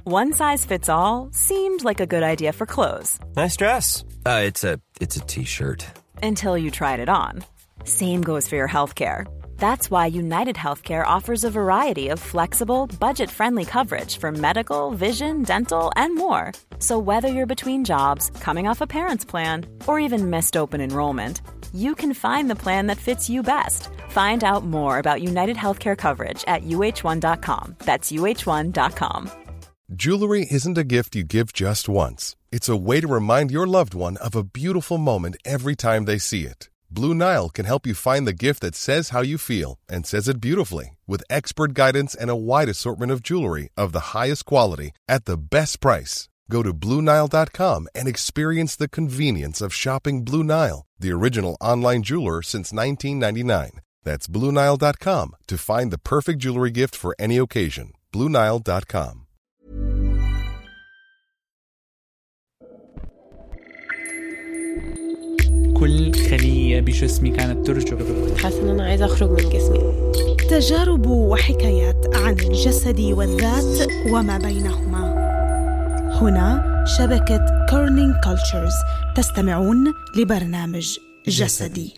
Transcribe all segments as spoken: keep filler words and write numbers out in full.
One size fits all seemed like a good idea for clothes. Nice dress. Uh, it's a it's a t-shirt. Until you tried it on. Same goes for your healthcare. That's why United Healthcare offers a variety of flexible, budget-friendly coverage for medical, vision, dental, and more. So whether you're between jobs, coming off a parent's plan, or even missed open enrollment, you can find the plan that fits you best. Find out more about United Healthcare coverage at U H one dot com. That's U H one dot com. Jewelry isn't a gift you give just once. It's a way to remind your loved one of a beautiful moment every time they see it. Blue Nile can help you find the gift that says how you feel and says it beautifully, with expert guidance and a wide assortment of jewelry of the highest quality at the best price. Go to Blue Nile dot com and experience the convenience of shopping Blue Nile, the original online jeweler since nineteen ninety-nine. That's Blue Nile dot com to find the perfect jewelry gift for any occasion. Blue Nile dot com. كل خلية بجسمي كانت ترجف. حاسة إن أنا عايزة أخرج من جسمي. تجارب وحكايات عن الجسد والذات وما بينهما. هنا شبكة كورنينج كولتشرز. تستمعون لبرنامج جسدي.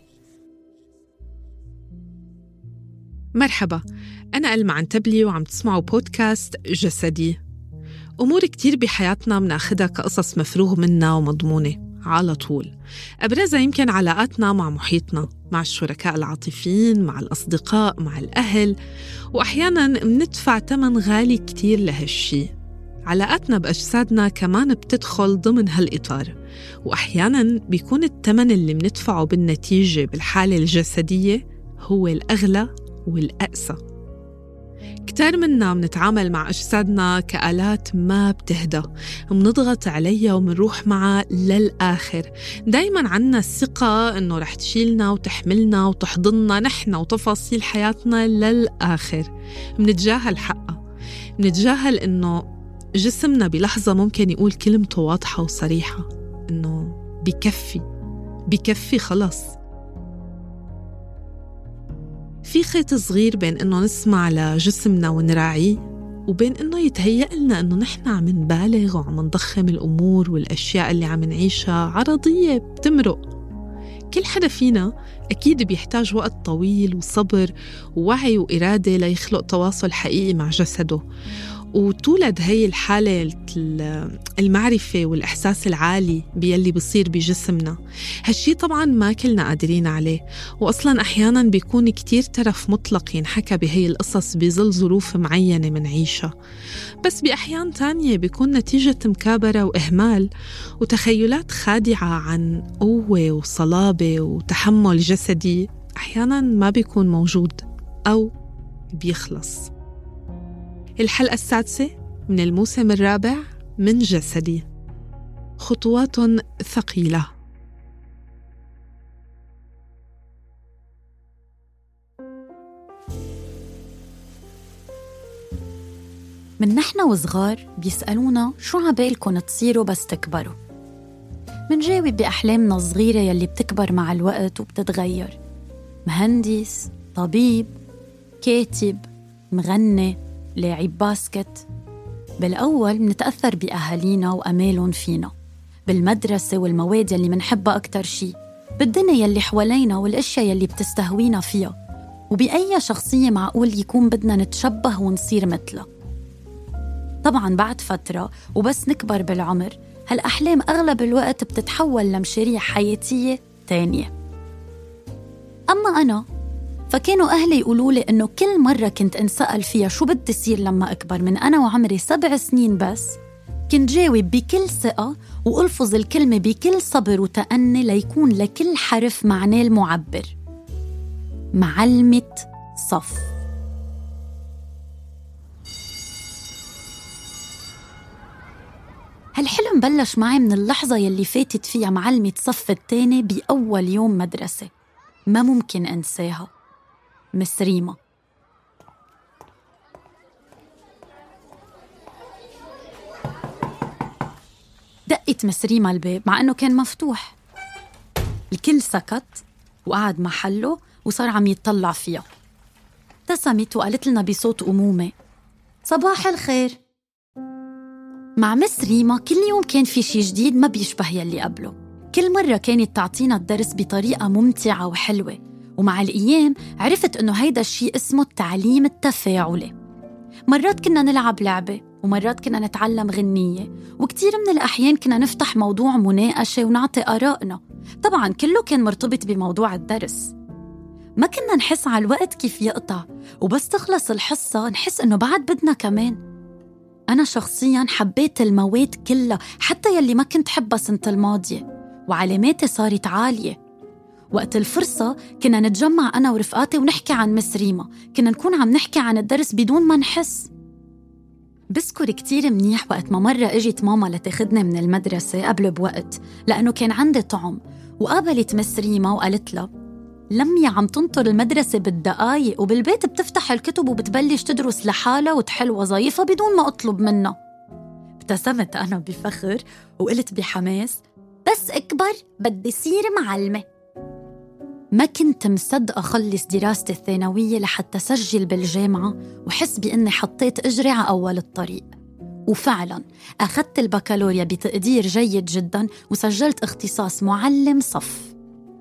مرحبا، أنا ألمع عنتبلي وعم تسمعوا بودكاست جسدي. أمور كتير بحياتنا مناخدها كقصص مفروغ منها ومضمونة على طول. أبرزها يمكن علاقاتنا مع محيطنا، مع الشركاء العاطفيين، مع الأصدقاء، مع الأهل، وأحياناً مندفع تمن غالي كتير لهالشي. علاقاتنا بأجسادنا كمان بتدخل ضمن هالإطار، وأحياناً بيكون التمن اللي مندفعه بالنتيجة بالحالة الجسدية هو الأغلى والأقسى. كتير منا منتعامل مع أجسادنا كآلات ما بتهدى، منضغط عليها ومنروح معها للآخر. دايماً عنا الثقة إنه رح تشيلنا وتحملنا وتحضننا نحن وتفاصيل حياتنا للآخر. منتجاهل حقها، منتجاهل إنه جسمنا بلحظة ممكن يقول كلمته واضحة وصريحة إنه بكفي بكفي خلص. في خيط صغير بين إنه نسمع لجسمنا ونراعيه وبين إنه يتهيأ لنا إنه نحن عم نبالغ وعم نضخم الأمور والأشياء اللي عم نعيشها عرضية بتمرق. كل حدا فينا أكيد بيحتاج وقت طويل وصبر ووعي وإرادة ليخلق تواصل حقيقي مع جسده، وتولد هاي الحالة المعرفة والإحساس العالي بيلي بيصير بجسمنا. هالشي طبعاً ما كلنا قادرين عليه، وأصلاً أحياناً بيكون كتير ترف مطلق ينحكى بهاي القصص بظل ظروف معينة منعيشها، بس بأحيان تانية بيكون نتيجة مكابرة وإهمال وتخيلات خادعة عن قوة وصلابة وتحمل جسدي أحياناً ما بيكون موجود أو بيخلص. الحلقة السادسة من الموسم الرابع من جسدي، خطوات ثقيلة. من نحن وصغار بيسألونا شو عبالكن تصيروا بس تكبروا. منجاوب بأحلامنا الصغيرة يلي بتكبر مع الوقت وبتتغير: مهندس، طبيب، كاتب، مغني، لاعب باسكت. بالأول منتأثر بأهالينا وأمالهم فينا، بالمدرسة والمواد يلي منحبها أكتر شي، بالدنيا يلي حوالينا والأشياء يلي بتستهوينا فيها، وبأي شخصية معقول يكون بدنا نتشبه ونصير مثلها. طبعاً بعد فترة وبس نكبر بالعمر هالأحلام أغلب الوقت بتتحول لمشاريع حياتية تانية. أما أنا فكانوا أهلي يقولوا لي إنه كل مرة كنت انسأل فيها شو بدي صير لما أكبر من أنا وعمري سبع سنين بس، كنت جاوب بكل ثقة وألفظ الكلمة بكل صبر وتأني ليكون لكل حرف معناه المعبر: معلمة صف. هالحلم بلش معي من اللحظة يلي فاتت فيها معلمة صف التاني بأول يوم مدرسة، ما ممكن أنساها. مس ريما. دقت مس ريما الباب مع أنه كان مفتوح. الكل سكت وقعد محله وصار عم يتطلع فيها. ابتسمت وقالت لنا بصوت أمومة: صباح الخير. مع مس ريما كل يوم كان في شي جديد ما بيشبه يلي قبله. كل مرة كانت تعطينا الدرس بطريقة ممتعة وحلوة، ومع الأيام عرفت إنه هيدا الشي اسمه التعليم التفاعلي. مرات كنا نلعب لعبة، ومرات كنا نتعلم غنية، وكتير من الأحيان كنا نفتح موضوع مناقشة ونعطي آرائنا. طبعاً كله كان مرتبط بموضوع الدرس. ما كنا نحس على الوقت كيف يقطع، وبس تخلص الحصة نحس إنه بعد بدنا كمان. أنا شخصياً حبيت المواد كلها، حتى يلي ما كنت حبها سنة الماضية، وعلاماتي صارت عالية. وقت الفرصة كنا نتجمع أنا ورفقاتي ونحكي عن مس ريما، كنا نكون عم نحكي عن الدرس بدون ما نحس. بذكر كتير منيح وقت ما مرة اجت ماما لتاخدنا من المدرسة قبل بوقت، لأنه كان عندي طعم، وقابلت مس ريما وقالت لها: لميا عم تنطر المدرسة بالدقايق، وبالبيت بتفتح الكتب وبتبلش تدرس لحالها وتحل وظائفها بدون ما أطلب منها. ابتسمت أنا بفخر وقلت بحماس: بس أكبر بدي صير معلمة. ما كنت مصدقة أخلص دراستي الثانوية لحتى سجل بالجامعة وحس بأني حطيت إجري على أول الطريق. وفعلاً أخذت البكالوريا بتقدير جيد جداً، وسجلت اختصاص معلم صف.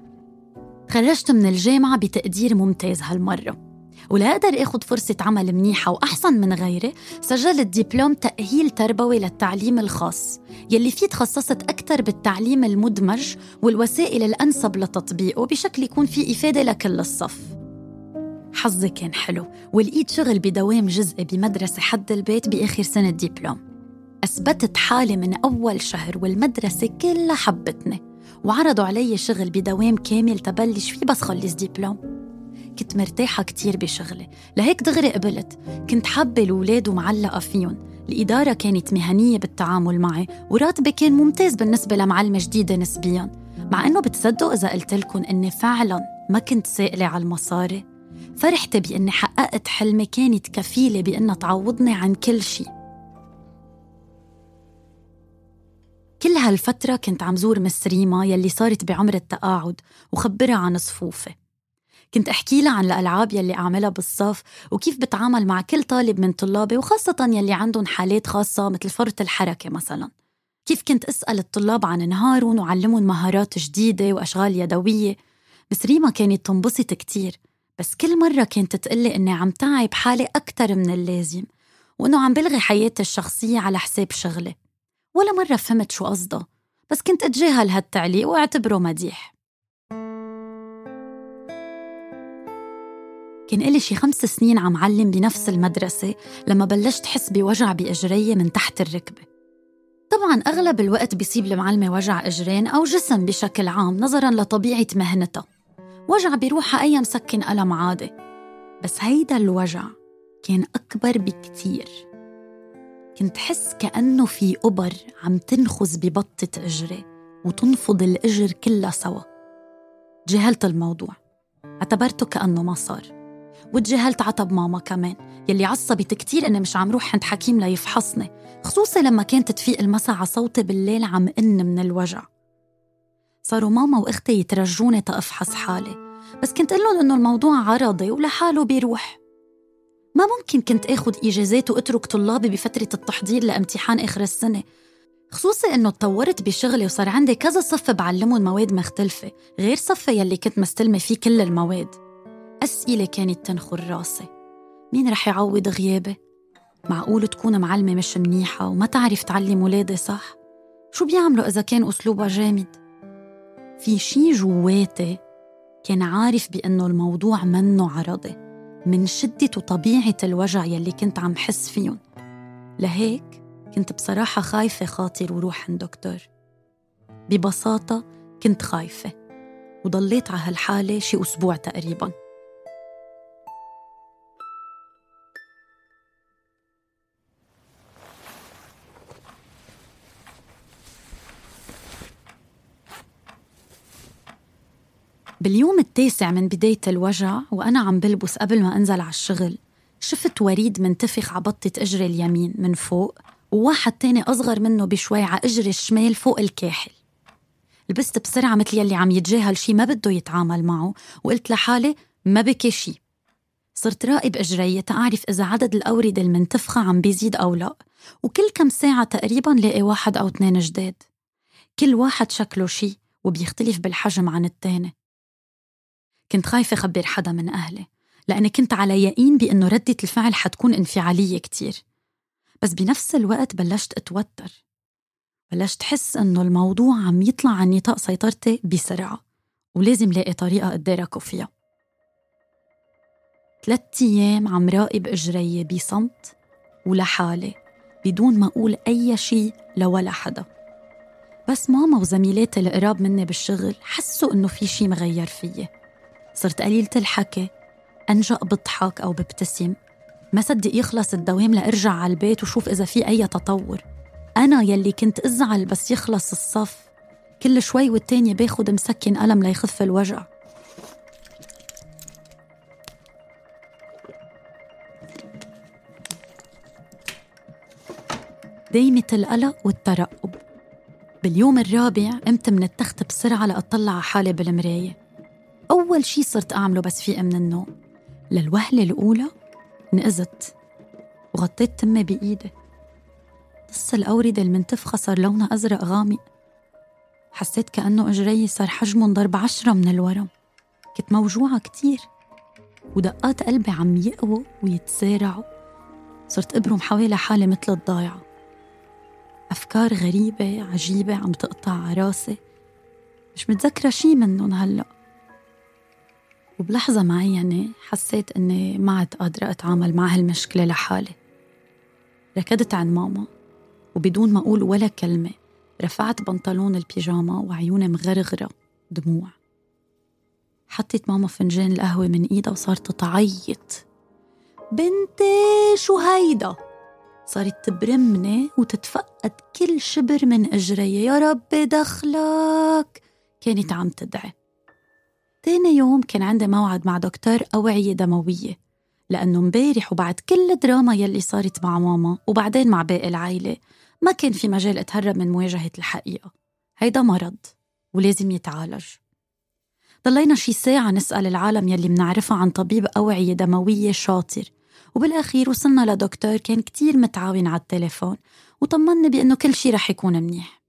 خرجت من الجامعة بتقدير ممتاز هالمرة، ولا أقدر أخذ فرصة عمل منيحة وأحسن من غيري سجلت دبلوم تأهيل تربوي للتعليم الخاص، يلي فيه تخصصت أكثر بالتعليم المدمج والوسائل الأنسب لتطبيقه بشكل يكون فيه إفادة لكل الصف. حظي كان حلو، ولقيت شغل بدوام جزئي بمدرسة حد البيت بآخر سنة دبلوم. أثبتت حالي من أول شهر، والمدرسة كلها حبتني، وعرضوا علي شغل بدوام كامل تبلش فيه بس خلص دبلوم. كنت مرتاحة كتير بشغلي، لهيك دغري قبلت. كنت حابة الولاد ومعلقة فيهم. الإدارة كانت مهنية بالتعامل معي، وراتبي كان ممتاز بالنسبة لمعلمة جديدة نسبياً. مع أنه بتصدقوا إذا قلت لكم إني فعلاً ما كنت سائلة على المصاري. فرحت بإني حققت حلمي كانت كفيلة بإنها تعوضني عن كل شيء. كل هالفترة كنت عم زور مس ريما يلي صارت بعمر التقاعد، وخبرها عن صفوفي. كنت أحكي لها عن الألعاب يلي أعملها بالصف، وكيف بتعامل مع كل طالب من طلابي، وخاصة يلي عندهم حالات خاصة مثل فرط الحركة مثلاً. كيف كنت أسأل الطلاب عن نهارهم وعلمهم مهارات جديدة وأشغال يدوية. بس ريما كانت تنبسط كتير، بس كل مرة كانت تقلي إني عم تعب حالي أكتر من اللازم، وإنه عم بلغي حياتي الشخصية على حساب شغلي. ولا مرة فهمت شو قصده، بس كنت أتجاهل هالتعليق واعتبره مديح. كان إلي شي خمس سنين عم علم بنفس المدرسة لما بلشت حس بوجع بإجرية من تحت الركبة. طبعاً أغلب الوقت بيصيب المعلمة وجع إجرين أو جسم بشكل عام نظراً لطبيعة مهنتها. وجع بيروح أي مسكن ألم عادي، بس هيدا الوجع كان أكبر بكتير. كنت حس كأنه في أبر عم تنخز ببطة إجري وتنفض الإجر كلها سوا. جهلت الموضوع، اعتبرته كأنه ما صار، وتجاهلت عطب ماما كمان يلي عصبت كتير إني مش عم روح عند حكيم ليفحصني، خصوصي لما كانت تفيق المسا على صوتي بالليل عم إن من الوجع. صاروا ماما وإختي يترجوني تأفحص حالي، بس كنت قلن إنه الموضوع عرضي ولحاله بيروح. ما ممكن كنت أخذ إجازات وأترك طلابي بفترة التحضير لامتحان آخر السنة، خصوصي إنه تطورت بشغلي وصار عندي كذا صف بعلمهم مواد مختلفة غير صفي يلي كنت مستلمة فيه كل المواد. أسئلة كانت تنخر راسي، مين رح يعوض غيابي؟ معقول تكون معلمة مش منيحة وما تعرف تعلم ولادي صح؟ شو بيعملوا إذا كان أسلوبها جامد؟ في شي جواتي كان عارف بأنه الموضوع منه عرضي من شدة وطبيعة الوجع يلي كنت عم حس فيهم. لهيك كنت بصراحة خايفة خاطر وروح عند دكتور. ببساطة كنت خايفة، وضليت على هالحالة شي أسبوع تقريباً. باليوم التاسع من بداية الوجع وأنا عم بلبس قبل ما أنزل على الشغل، شفت وريد منتفخ عبطة إجري اليمين من فوق، وواحد تاني أصغر منه بشوي على إجري الشمال فوق الكاحل. لبست بسرعة مثل يلي عم يتجاهل شي ما بده يتعامل معه، وقلت لحالي ما بكي شي. صرت راقب إجرية تعرف إذا عدد الأوردة المنتفخة عم بيزيد أو لا، وكل كم ساعة تقريباً لاقي واحد أو اثنين جداد، كل واحد شكله شي وبيختلف بالحجم عن التاني. كنت خايفة خبر حدا من أهلي لأني كنت على يقين بأنه ردة الفعل حتكون انفعالية كتير، بس بنفس الوقت بلشت أتوتر، بلشت حس أنه الموضوع عم يطلع عن نطاق سيطرتي بسرعة ولازم لاقي طريقة أتداركه فيها. ثلاثة أيام عم راقب إجرية بصمت ولحالي بدون ما أقول أي شي لولا حدا، بس ماما وزميلاتي القراب مني بالشغل حسوا إنه في شي مغير فيي. صرت قليلة الحكي، أنجأ بضحك أو ببتسم، ما صدق يخلص الدوام لأرجع على البيت وشوف إذا في أي تطور. أنا يلي كنت أزعل بس يخلص الصف، كل شوي والتانية باخد مسكن ألم ليخف الوجع. دايمة القلق والترقب. باليوم الرابع قمت من التخت بسرعة لأطلع على حالي بالمراية. أول شي صرت أعمله بس فيق من النوم، للوهلة الأولى نقزت وغطيت تمي بإيدي. نص الأوردة المنتفخة صار لونها أزرق غامق، حسيت كأنه إجري صار حجمه ضرب عشرة من الورم. كنت موجوعة كتير ودقات قلبي عم يقووا ويتسارعوا. صرت أبرم حوالي حالي مثل الضايعة، أفكار غريبة عجيبة عم تقطع على راسي، مش متذكرة شي منهم هلأ. وبلحظة معينة حسيت أني ما عاد قادرة أتعامل مع هالمشكلة لحالي. ركضت عن ماما وبدون ما أقول ولا كلمة رفعت بنطلون البيجاما وعيوني مغرغرة دموع. حطيت ماما فنجان القهوة من إيدها وصارت تعيط، بنتي شو هيدا؟ صارت تبرمني وتتفقد كل شبر من أجري، يا رب دخلك، كانت عم تدعي. تاني يوم كان عندي موعد مع دكتور أوعية دموية، لأنه مبارح وبعد كل دراما يلي صارت مع ماما وبعدين مع باقي العائلة ما كان في مجال أتهرب من مواجهة الحقيقة. هيدا مرض ولازم يتعالج. ضلينا شي ساعة نسأل العالم يلي منعرفها عن طبيب أوعية دموية شاطر، وبالأخير وصلنا لدكتور كان كتير متعاون على التليفون وطمني بأنه كل شي رح يكون منيح.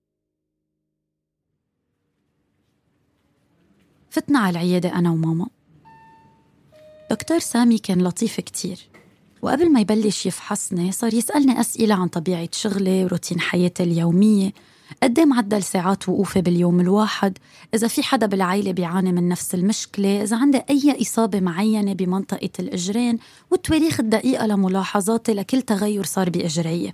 فتنا على العيادة أنا وماما. دكتور سامي كان لطيف كتير، وقبل ما يبلش يفحصني صار يسألني أسئلة عن طبيعة شغلي وروتين حياتي اليومية، قد ايه معدل ساعات وقوفي باليوم الواحد، إذا في حدا بالعائلة بيعاني من نفس المشكلة، إذا عندي أي إصابة معينة بمنطقة الإجرين، والتواريخ الدقيقة لملاحظاتي لكل تغير صار بإجرية.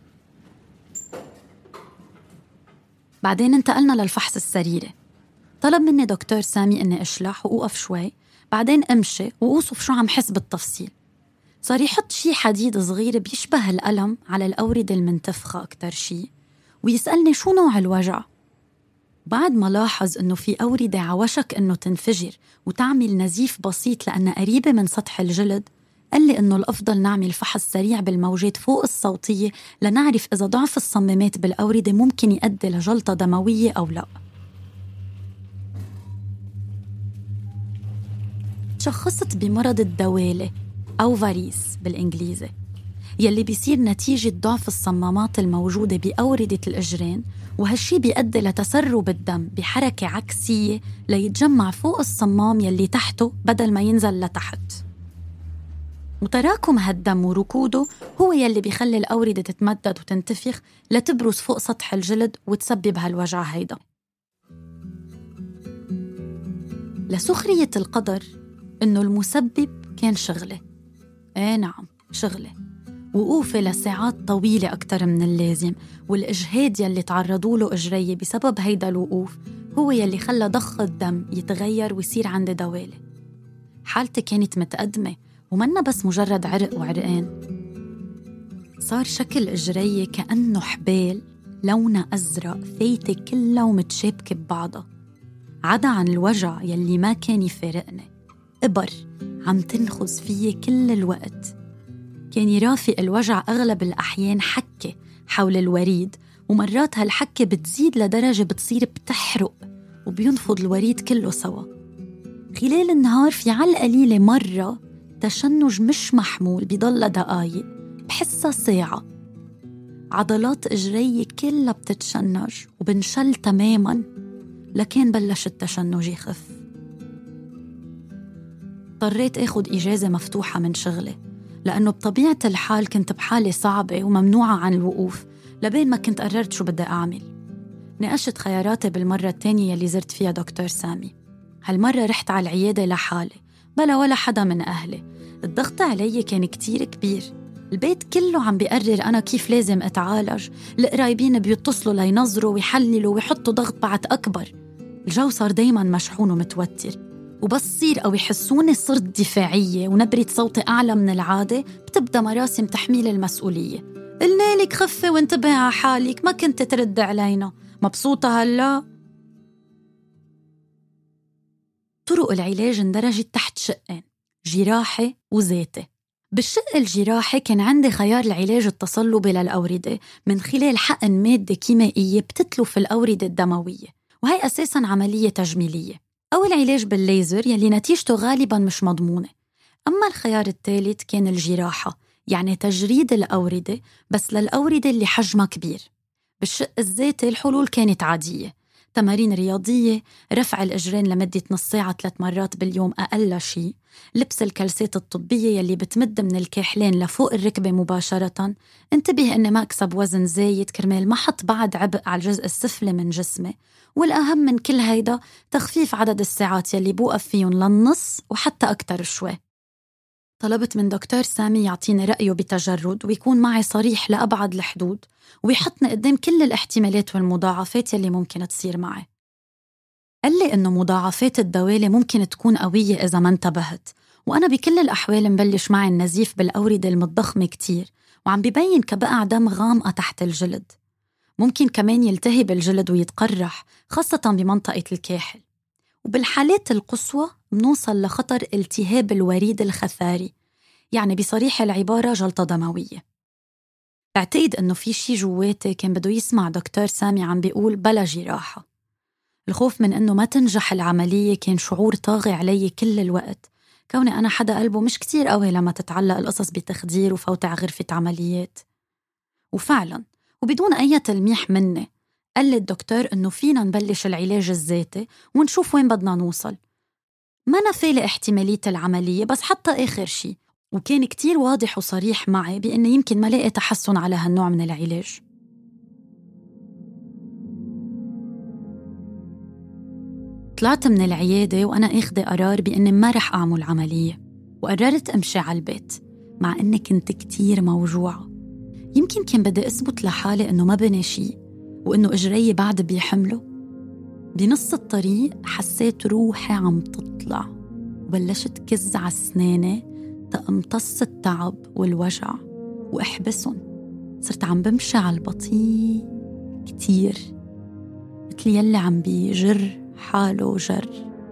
بعدين انتقلنا للفحص السريري. طلب مني دكتور سامي إني أشلح وأوقف شوي، بعدين أمشي وأوصف شو عم حس بالتفصيل. صار يحط شي حديد صغير بيشبه القلم على الأوردة المنتفخة أكتر شي، ويسألني شو نوع الوجع. بعد ما لاحظ إنه في أوردة عوشك إنه تنفجر وتعمل نزيف بسيط لأنها قريبة من سطح الجلد، قال لي إنه الأفضل نعمل فحص سريع بالموجات فوق الصوتية لنعرف إذا ضعف الصمامات بالأوردة ممكن يؤدي لجلطة دموية أو لا. تشخصت بمرض الدوالة أو فاريس بالإنجليزي، يلي بيصير نتيجة ضعف الصمامات الموجودة بأوردة الإجرين، وهالشي بيؤدي لتسرب الدم بحركة عكسية ليتجمع فوق الصمام يلي تحته بدل ما ينزل لتحت. وتراكم هالدم وركوده هو يلي بيخلي الأوردة تتمدد وتنتفخ لتبرز فوق سطح الجلد وتسبب هالوجع هيدا. لسخرية القدر إنه المسبب كان شغلة. إيه نعم شغلة، وقوفي لساعات طويلة أكتر من اللازم، والإجهاد يلي تعرضوا له إجري بسبب هيدا الوقوف هو يلي خلى ضخ الدم يتغير ويصير عندي دوالة. حالتي كانت متقدمة ومنا بس مجرد عرق وعرقان، صار شكل إجري كأنه حبال لونها أزرق فايتة كلها ومتشابكة ببعضها. عدا عن الوجع يلي ما كان يفارقني، إبر عم تنخز فيه كل الوقت. كان يرافق الوجع أغلب الأحيان حكة حول الوريد، ومرات هالحكة بتزيد لدرجة بتصير بتحرق وبينفض الوريد كله سوا. خلال النهار في على القليلة مرة تشنج مش محمول بيضل دقايق، بحسها ساعة. عضلات إجري كلها بتتشنج وبنشل تماماً، لكن بلش التشنج يخف. اضطريت أخد إجازة مفتوحة من شغلي، لأنه بطبيعة الحال كنت بحالة صعبة وممنوعة عن الوقوف، لبين ما كنت قررت شو بدي أعمل. ناقشت خياراتي بالمرة التانية اللي زرت فيها دكتور سامي. هالمرة رحت على العيادة لحالي، بلا ولا حدا من أهلي. الضغط علي كان كتير كبير، البيت كله عم بيقرر أنا كيف لازم أتعالج، القرايبين بيتصلوا لينظروا ويحللوا ويحطوا ضغط بعد أكبر. الجو صار دايماً مشحون ومتوتر، وبس صير أو يحسوني صرت دفاعية ونبرة صوتي أعلى من العادة، بتبدأ مراسم تحميل المسؤولية. قلنا لك خفي وانتبهي على حالك، ما كنت ترد علينا. مبسوطة هلأ؟ طرق العلاج اندرجت تحت شقين، جراحي وزيتي. بالشق الجراحي كان عندي خيار العلاج التصلبي للأوردة من خلال حقن مادة كيميائية بتتلف الأوردة الدموية، وهي أساساً عملية تجميلية، أو العلاج بالليزر يلي نتيجته غالباً مش مضمونة. أما الخيار الثالث كان الجراحة، يعني تجريد الأوردة بس للأوردة اللي حجمها كبير. بالشق الزيتي الحلول كانت عادية، تمارين رياضية، رفع الإجرين لمدة نص ساعة ثلاث مرات باليوم أقل شيء، لبس الكلسات الطبية يلي بتمد من الكاحلين لفوق الركبة مباشرة، انتبه إني ما أكسب وزن زايد كرمال ما حط بعد عبء على الجزء السفلي من جسمي، والأهم من كل هيدا تخفيف عدد الساعات يلي بوقف فيهم للنص وحتى أكتر شوي. طلبت من دكتور سامي يعطيني رأيه بتجرد ويكون معي صريح لأبعد الحدود، ويحطني قدام كل الاحتمالات والمضاعفات يلي ممكن تصير معي. قال لي إنه مضاعفات الدوالة ممكن تكون قوية إذا ما انتبهت، وأنا بكل الأحوال مبلش معي النزيف بالأوردة المتضخمة كتير، وعم ببين كبقع دم غامقة تحت الجلد. ممكن كمان يلتهب الجلد ويتقرح، خاصة بمنطقة الكاحل. وبالحالات القصوى منوصل لخطر التهاب الوريد الخثاري، يعني بصريح العبارة جلطة دموية. بعتقد أنه في شي جواتي كان بده يسمع دكتور سامي عم بيقول بلا جراحة. الخوف من أنه ما تنجح العملية كان شعور طاغي علي كل الوقت، كوني أنا حدا قلبه مش كتير قوي لما تتعلق القصص بتخدير وفوت على غرفة عمليات. وفعلاً وبدون أي تلميح مني قال لي الدكتور إنه فينا نبلش العلاج الذاتي ونشوف وين بدنا نوصل. ما نفالي احتمالية العملية بس حتى آخر شي، وكان كتير واضح وصريح معي بأنه يمكن ما لاقي تحسن على هالنوع من العلاج. طلعت من العيادة وأنا أخذ قرار بأني ما رح أعمل عملية، وقررت أمشي على البيت مع أني كنت كتير موجوعة. يمكن كان بدي أثبت لحالي أنه ما بني شي وأنه إجري بعد بيحمله. بنص الطريق حسيت روحي عم تطلع وبلشت كز على سناني تأمتص التعب والوجع وأحبسهم. صرت عم بمشي على البطيء كتير، مثل يلي عم بيجر حاله جر،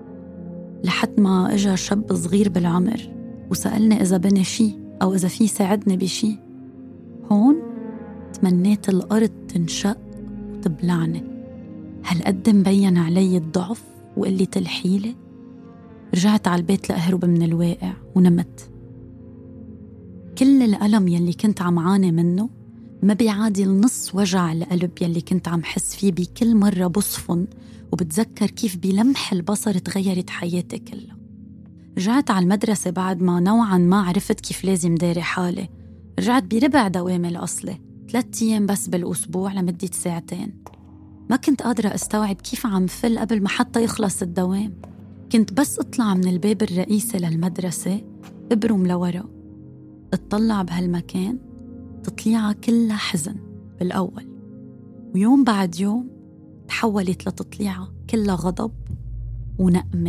لحد ما إجا شاب صغير بالعمر وسألني إذا بني شي أو إذا في ساعدني بشي. هون تمنيت الأرض تنشق وتبلعني. هالقد مبين علي الضعف وقلة الحيلة. رجعت على البيت لأهرب من الواقع ونمت. كل الألم يلي كنت عم عاني منه ما بيعادل نص وجع القلب يلي كنت عم حس فيه بكل مرة بصفن وبتذكر كيف بلمح البصر تغيرت حياتي كلها. رجعت على المدرسة بعد ما نوعاً ما عرفت كيف لازم داري حالي. رجعت بربع دوامي الأصلي، ثلاثة أيام بس بالأسبوع لمدة ساعتين. ما كنت قادرة أستوعب كيف عم فل قبل ما حتى يخلص الدوام. كنت بس أطلع من الباب الرئيسي للمدرسة أبرم لورا، أطلع بهالمكان تطليعها كلها حزن بالأول، ويوم بعد يوم تحولت لتطليعها كلها غضب ونقمة.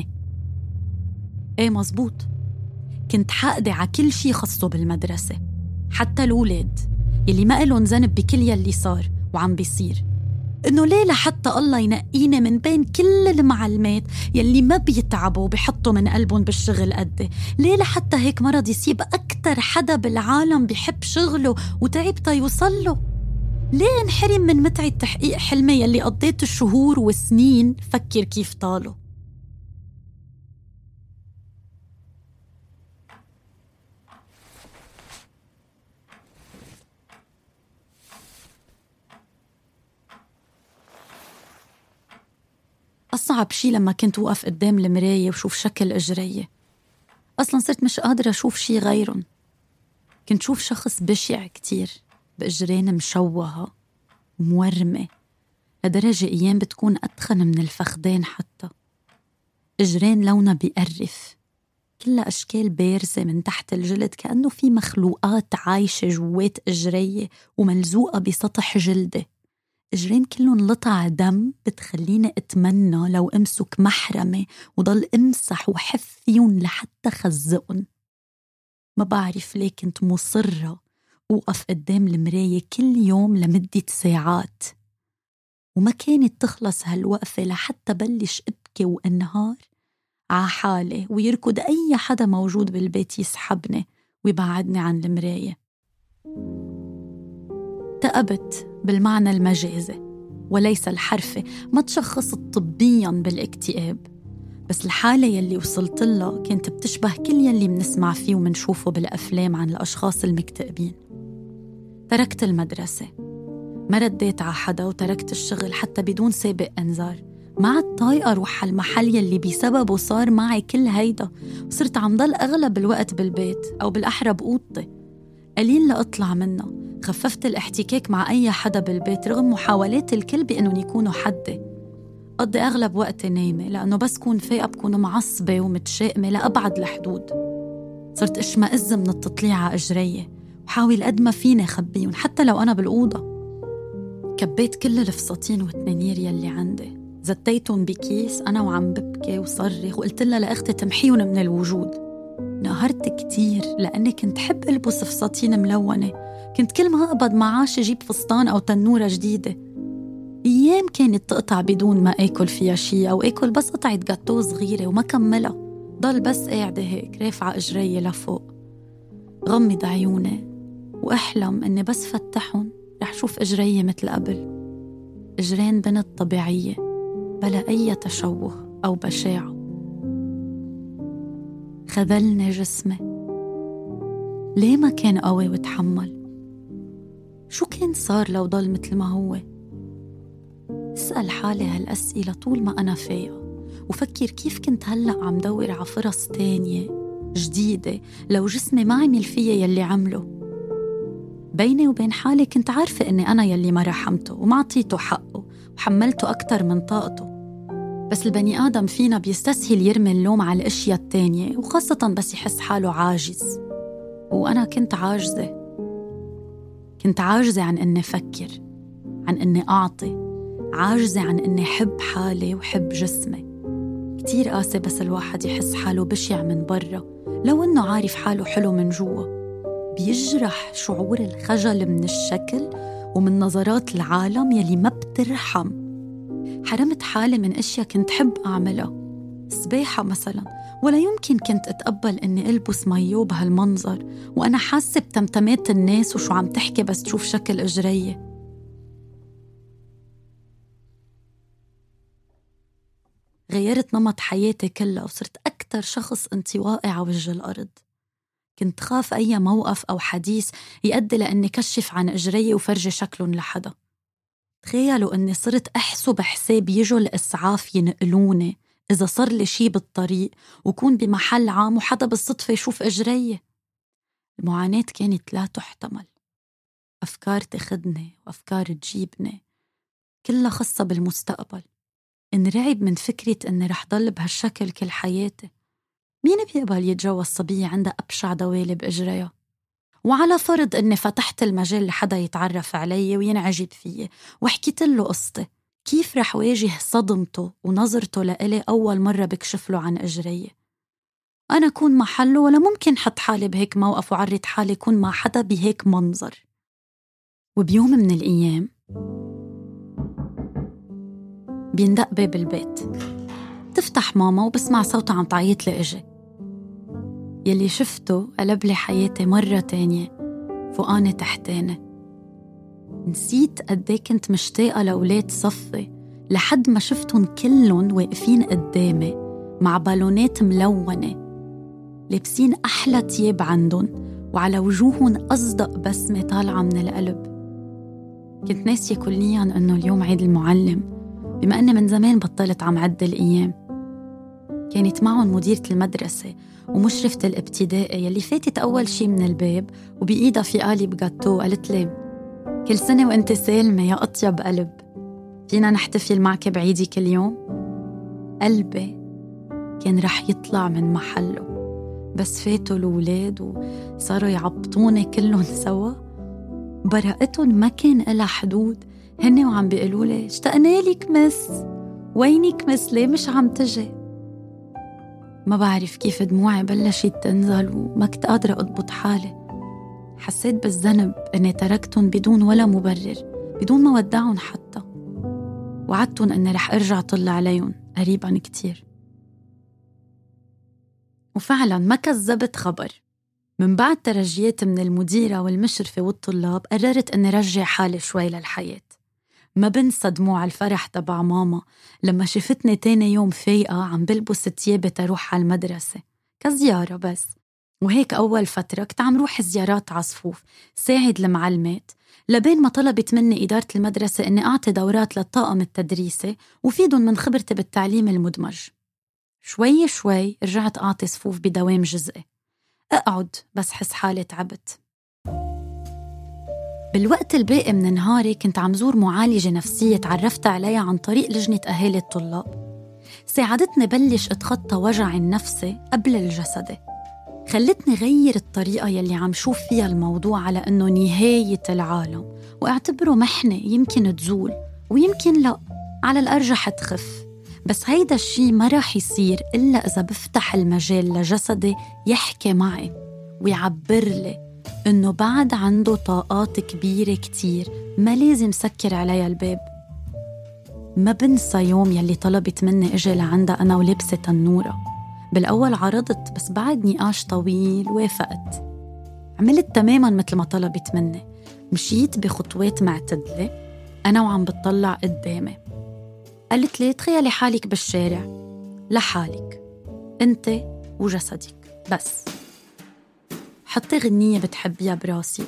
ايه مزبوط، كنت حاقدة على كل شي خصه بالمدرسة، حتى الأولاد يلي ما قلن ذنب بكل يلي صار وعم بيصير. إنه ليه لحتى الله ينقينا من بين كل المعلمات يلي ما بيتعبوا وبيحطوا من قلبهم بالشغل قدي؟ ليه لحتى هيك مرض يصيب أكتر حدا بالعالم بيحب شغله وتعب تا يوصله؟ ليه انحرم من متعة تحقيق حلمي يلي قضيت الشهور وسنين فكر كيف طاله؟ أصعب شي لما كنت وقف قدام المراية وشوف شكل إجرية. أصلاً صرت مش قادرة أشوف شي غيرهم. كنت شوف شخص بشع كتير بإجرين مشوهة ومورمة لدرجة أيام بتكون أدخن من الفخدين حتى. إجرين لونها بيقرف، كلها أشكال بارزة من تحت الجلد، كأنه في مخلوقات عايشة جوات إجرية وملزوقة بسطح جلده. إجرين كلهم لطع دم بتخليني أتمنى لو أمسك محرمة وضل أمسح وحف فيهم لحتى خزقن. ما بعرف ليه كنت مصرة أوقف قدام المراية كل يوم لمدة ساعات، وما كانت تخلص هالوقفة لحتى بلش أبكي وأنهار ع حالي ويركض أي حدا موجود بالبيت يسحبني ويبعدني عن المراية. تأبت بالمعنى المجازي وليس الحرفي، ما تشخصت طبياً بالاكتئاب، بس الحالة يلي وصلت لها كانت بتشبه كل يلي منسمع فيه ومنشوفه بالأفلام عن الأشخاص المكتئبين. تركت المدرسة، ما رديت على حدا، وتركت الشغل حتى بدون سابق إنذار. ما عاد طايقة روح المحل يلي بسببه صار معي كل هيدا، وصرت عم ضل أغلب الوقت بالبيت أو بالأحرى بأوضتي، قليل لأطلع منها. خففت الاحتكاك مع أي حدا بالبيت رغم محاولات الكل بأنهم يكونوا حدي. قضي أغلب وقتي نايمة لأنه بس كون فايقة بكون معصبة ومتشائمة لأبعد الحدود. صرت أشمئز من التطليع على إجرية وحاول قد ما فيني خبيهم حتى لو أنا بالأوضة. كبيت كل الفساتين والتنانير يلي عندي، زتيتهم بكيس أنا وعم ببكي وصرخ، وقلت لها لأختي تمحيهم من الوجود. نهرت كتير لأني كنت حب ألبس فساتين ملونة، كنت كل ما أقبض معاش أجيب فستان أو تنورة جديدة. أيام كانت تقطع بدون ما أكل فيها شي، أو أكل بس قطعة جاتو صغيرة وما كملها، ضل بس قاعدة هيك رافعة إجرية لفوق. غمض عيوني وأحلم أني بس فتحهم رح شوف إجرية مثل قبل، إجرين بنت طبيعية بلا أي تشوه أو بشاعة. خذلني جسمي، ليه ما كان قوي وتحمل؟ شو كان صار لو ضل مثل ما هو؟ اسأل حالي هالأسئلة طول ما أنا فايقة، وفكر كيف كنت هلأ عم دور على فرص تانية جديدة لو جسمي ما عمل فيها يلي عمله. بيني وبين حالي كنت عارفة إني أنا يلي ما رحمته وما عطيته حقه وحملته أكتر من طاقته، بس البني آدم فينا بيستسهل يرمي اللوم على الأشياء التانية، وخاصة بس يحس حاله عاجز. وأنا كنت عاجزة، كنت عاجزة عن إني أفكر، عن إني أعطي، عاجزة عن إني حب حالي وحب جسمي. كتير قاسي بس الواحد يحس حاله بشع من برا لو إنه عارف حاله حلو من جوا. بيجرح شعور الخجل من الشكل ومن نظرات العالم يلي ما بترحم. حرمت حالي من أشياء كنت حب أعملها، سباحة مثلا، ولا يمكن كنت أتقبل إني ألبس مايو بهالمنظر وأنا حاسة بتمتمات الناس وشو عم تحكي بس تشوف شكل إجرية. غيرت نمط حياتي كلها وصرت أكتر شخص انطوائي على وجه الأرض. كنت خاف أي موقف أو حديث يؤدي لأني كشف عن إجرية وفرجي شكلهم لحدا. تخيلوا أني صرت أحسب حساب يجوا الإسعاف ينقلوني إذا صار لي شي بالطريق وكون بمحل عام وحدا بالصدفة يشوف إجرية. المعاناة كانت لا تحتمل، أفكار تاخدني وأفكار تجيبني، كلها خاصة بالمستقبل. انرعب من فكرة أني رح ضل بهالشكل كل حياتي. مين بيقبل يتجوز صبية عندها أبشع دوالب إجريها؟ وعلى فرض أني فتحت المجال لحدا يتعرف علي وينعجب فيه وحكيت له قصتي، كيف رح واجه صدمته ونظرته لإلي أول مرة بكشف له عن إجرية؟ أنا كون محله ولا ممكن حط حالي بهيك موقف وعرض حالي كون مع حدا بهيك منظر. وبيوم من الأيام بيندق باب البيت، تفتح ماما وبسمع صوتها عم تعيط لي إجي. يلي شفته قلب لي حياتي مرة تانية، فوقاني تحتاني. نسيت قدي كنت مشتاقة لأولاد صفي لحد ما شفتهم كلهم واقفين قدامي مع بالونات ملونة، لابسين أحلى تياب عندهم وعلى وجوههم أصدق بسمة طالعة من القلب. كنت ناسية كلياً أنه اليوم عيد المعلم بما أني من زمان بطلت عم عد الأيام. كانت معهم مديرة المدرسة ومشرفة الابتدائي يلي فاتت أول شي من الباب وبإيدها في قالب جاتو، قالت لي كل سنة وانت سالمة يا أطيب قلب، فينا نحتفل معك بعيدك اليوم؟ قلبي كان رح يطلع من محله، بس فاتوا الولاد وصاروا يعبطوني كلهم سوا. براءتهم ما كان إلها حدود، هن وعم بيقولوا لي اشتقنا لك مس، وينك مس، ليه مش عم تجي؟ ما بعرف كيف دموعي بلشت تنزل وما كنت قادرة أضبط حالي. حسيت بالذنب إني تركتهم بدون ولا مبرر، بدون ما ودعهم حتى. وعدتهم إني رح أرجع طلع عليهم قريبا كتير. وفعلا ما كذبت خبر. من بعد ترجيات من المديرة والمشرفة والطلاب قررت إني رجع حالي شوي للحياة. ما بنسى دموع الفرح تبع ماما لما شفتني تاني يوم فايقة عم بلبس تيابي تروح على المدرسة كزيارة بس. وهيك أول فترة كنت عم روح زيارات عصفوف ساعد المعلمات، لبين ما طلبت مني إدارة المدرسة إني أعطي دورات للطاقم التدريسي وفيدهم من خبرتي بالتعليم المدمج. شوي شوي رجعت أعطي صفوف بدوام جزئي، أقعد بس حس حالي تعبت. بالوقت الباقي من نهاري كنت عم زور معالجة نفسية تعرفت عليها عن طريق لجنة أهالي الطلاب. ساعدتني بلش أتخطى وجعي النفسي قبل الجسدي، خلتني غير الطريقة يلي عم شوف فيها الموضوع على أنه نهاية العالم، واعتبره محنة يمكن تزول ويمكن لا، على الأرجح تخف. بس هيدا الشي ما راح يصير إلا إذا بفتح المجال لجسدي يحكي معي ويعبر لي إنه بعد عنده طاقات كبيرة كتير ما لازم سكر عليها الباب. ما بنسى يوم يلي طلبت مني أجي لعندها أنا ولبسة النورة. بالأول عرضت، بس بعد نقاش طويل وافقت. عملت تماماً مثل ما طلبت مني، مشيت بخطوات معتدلة أنا وعم بتطلع قدامي. قالت لي تخيلي حالك بالشارع لحالك أنت وجسدك بس، حطي غنية بتحبيها براسي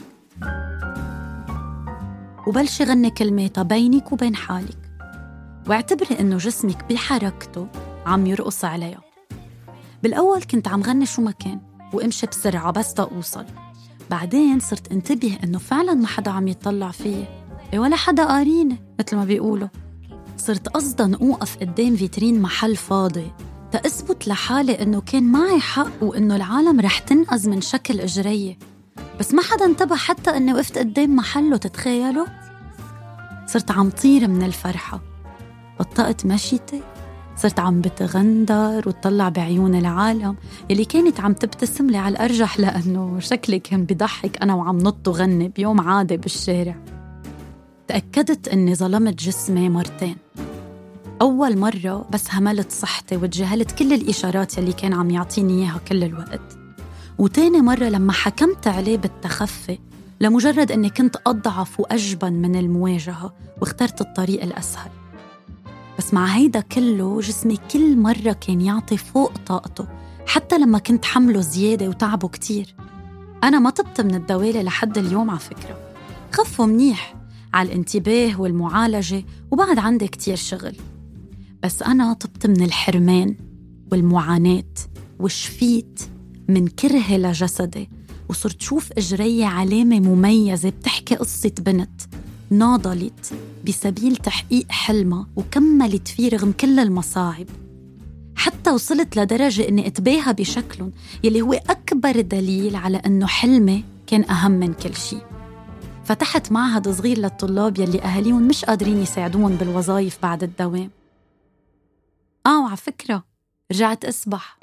وبلشي غني كلماتها بينك وبين حالك، واعتبري إنه جسمك بحركته عم يرقص عليها. بالأول كنت عم غني شو ما كان وامشي بسرعة بس تأوصل. بعدين صرت انتبه إنه فعلاً ما حدا عم يطلع فيه ولا حدا قاريني مثل ما بيقولوا. صرت أصداً أوقف قدام فيترين محل فاضي تأثبت لحالي إنه كان معي حق وإنه العالم رح تنقذ من شكل إجرية، بس ما حدا انتبه حتى إني وقفت قدام محله. تتخيلوا؟ صرت عم طير من الفرحة، بطأت مشيتي، صرت عم بتغندر وتطلع بعيون العالم يلي كانت عم تبتسم لي على الأرجح لأنه شكلي كان بضحك أنا وعم نط وغني بيوم عادي بالشارع. تأكدت إني ظلمت جسمي مرتين. أول مرة بس هملت صحتي وتجاهلت كل الإشارات يلي كان عم يعطيني إياها كل الوقت، وتاني مرة لما حكمت عليه بالتخفي لمجرد أني كنت أضعف وأجبن من المواجهة واخترت الطريق الأسهل. بس مع هيدا كله جسمي كل مرة كان يعطي فوق طاقته، حتى لما كنت حمله زيادة وتعبه كتير. أنا ما طبت من الدوالة لحد اليوم على فكرة، خفوا منيح على الانتباه والمعالجة وبعد عندي كتير شغل، بس أنا طبت من الحرمان والمعاناة وشفيت من كرهي لجسدي، وصرت شوف إجري علامة مميزة بتحكي قصة بنت ناضلت بسبيل تحقيق حلمها وكملت فيه رغم كل المصاعب. حتى وصلت لدرجة أني أتباهى بشكل يلي هو أكبر دليل على أنه حلمي كان أهم من كل شيء. فتحت معهد صغير للطلاب يلي أهاليهم مش قادرين يساعدون بالوظائف بعد الدوام. آه وعلى فكرة رجعت أسبح.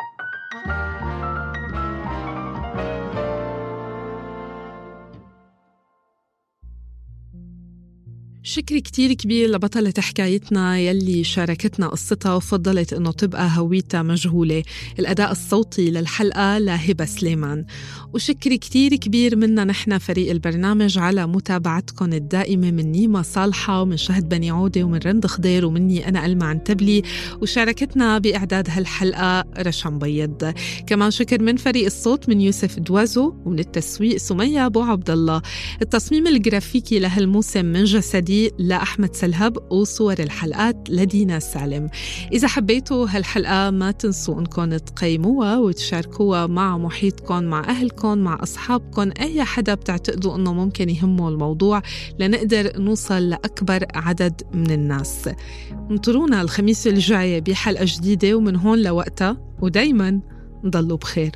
شكر كتير كبير لبطلة حكايتنا يلي شاركتنا قصتها وفضلت إنه تبقى هويتها مجهولة، الأداء الصوتي للحلقة لهبة سليمان. وشكر كتير كبير منا نحن فريق البرنامج على متابعتكم الدائمة، من نيمة صالحة ومن شهد بني عودة ومن رند خضير ومني أنا ألمع عنتبلي، وشاركتنا بإعداد هالحلقة رشا مبيض. كمان شكر من فريق الصوت من يوسف دوازو، ومن التسويق سمية أبو عبد الله. التصميم الجرافيكي لهالموسم من جسدي التحليل لأحمد سلهب وصور الحلقات لدينا سالم. إذا حبيتوا هالحلقة ما تنسوا أنكم تقيموها وتشاركوها مع محيطكم، مع أهلكم، مع أصحابكم، أي حدا بتعتقدوا أنه ممكن يهمه الموضوع لنقدر نوصل لأكبر عدد من الناس. انطرونا الخميس الجاي بحلقة جديدة، ومن هون لوقتها ودايماً ضلوا بخير.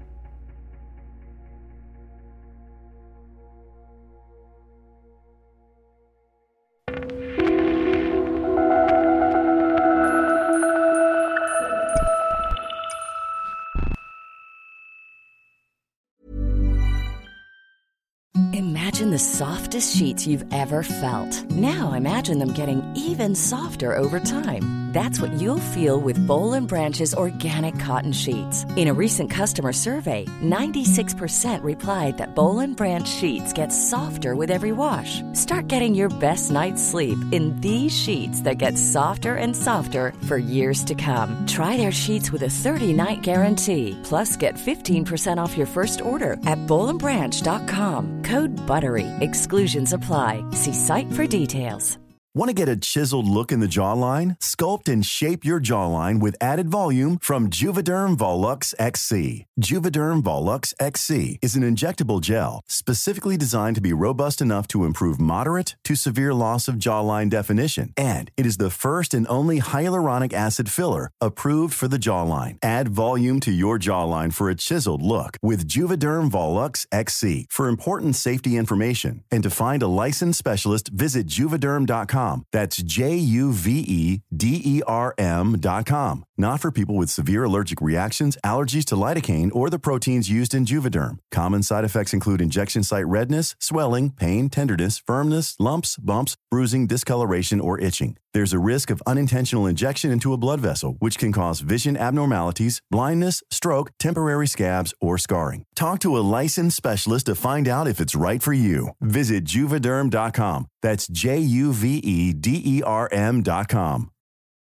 Imagine the softest sheets you've ever felt. Now imagine them getting even softer over time. That's what you'll feel with Boll and Branch's organic cotton sheets. In a recent customer survey, ninety-six percent replied that Boll and Branch sheets get softer with every wash. Start getting your best night's sleep in these sheets that get softer and softer for years to come. Try their sheets with a thirty-night guarantee. Plus, get fifteen percent off your first order at boll and branch dot com. Code BUTTERY. Exclusions apply. See site for details. Want to get a chiseled look in the jawline? Sculpt and shape your jawline with added volume from Juvederm Volux X C. Juvederm Volux X C is an injectable gel specifically designed to be robust enough to improve moderate to severe loss of jawline definition. And it is the first and only hyaluronic acid filler approved for the jawline. Add volume to your jawline for a chiseled look with Juvederm Volux X C. For important safety information and to find a licensed specialist, visit juvederm dot com. That's J U V E D E R M dot com. Not for people with severe allergic reactions, allergies to lidocaine, or the proteins used in Juvederm. Common side effects include injection site redness, swelling, pain, tenderness, firmness, lumps, bumps, bruising, discoloration, or itching. There's a risk of unintentional injection into a blood vessel, which can cause vision abnormalities, blindness, stroke, temporary scabs, or scarring. Talk to a licensed specialist to find out if it's right for you. Visit juvederm dot com. That's J U V E D E R M dot com.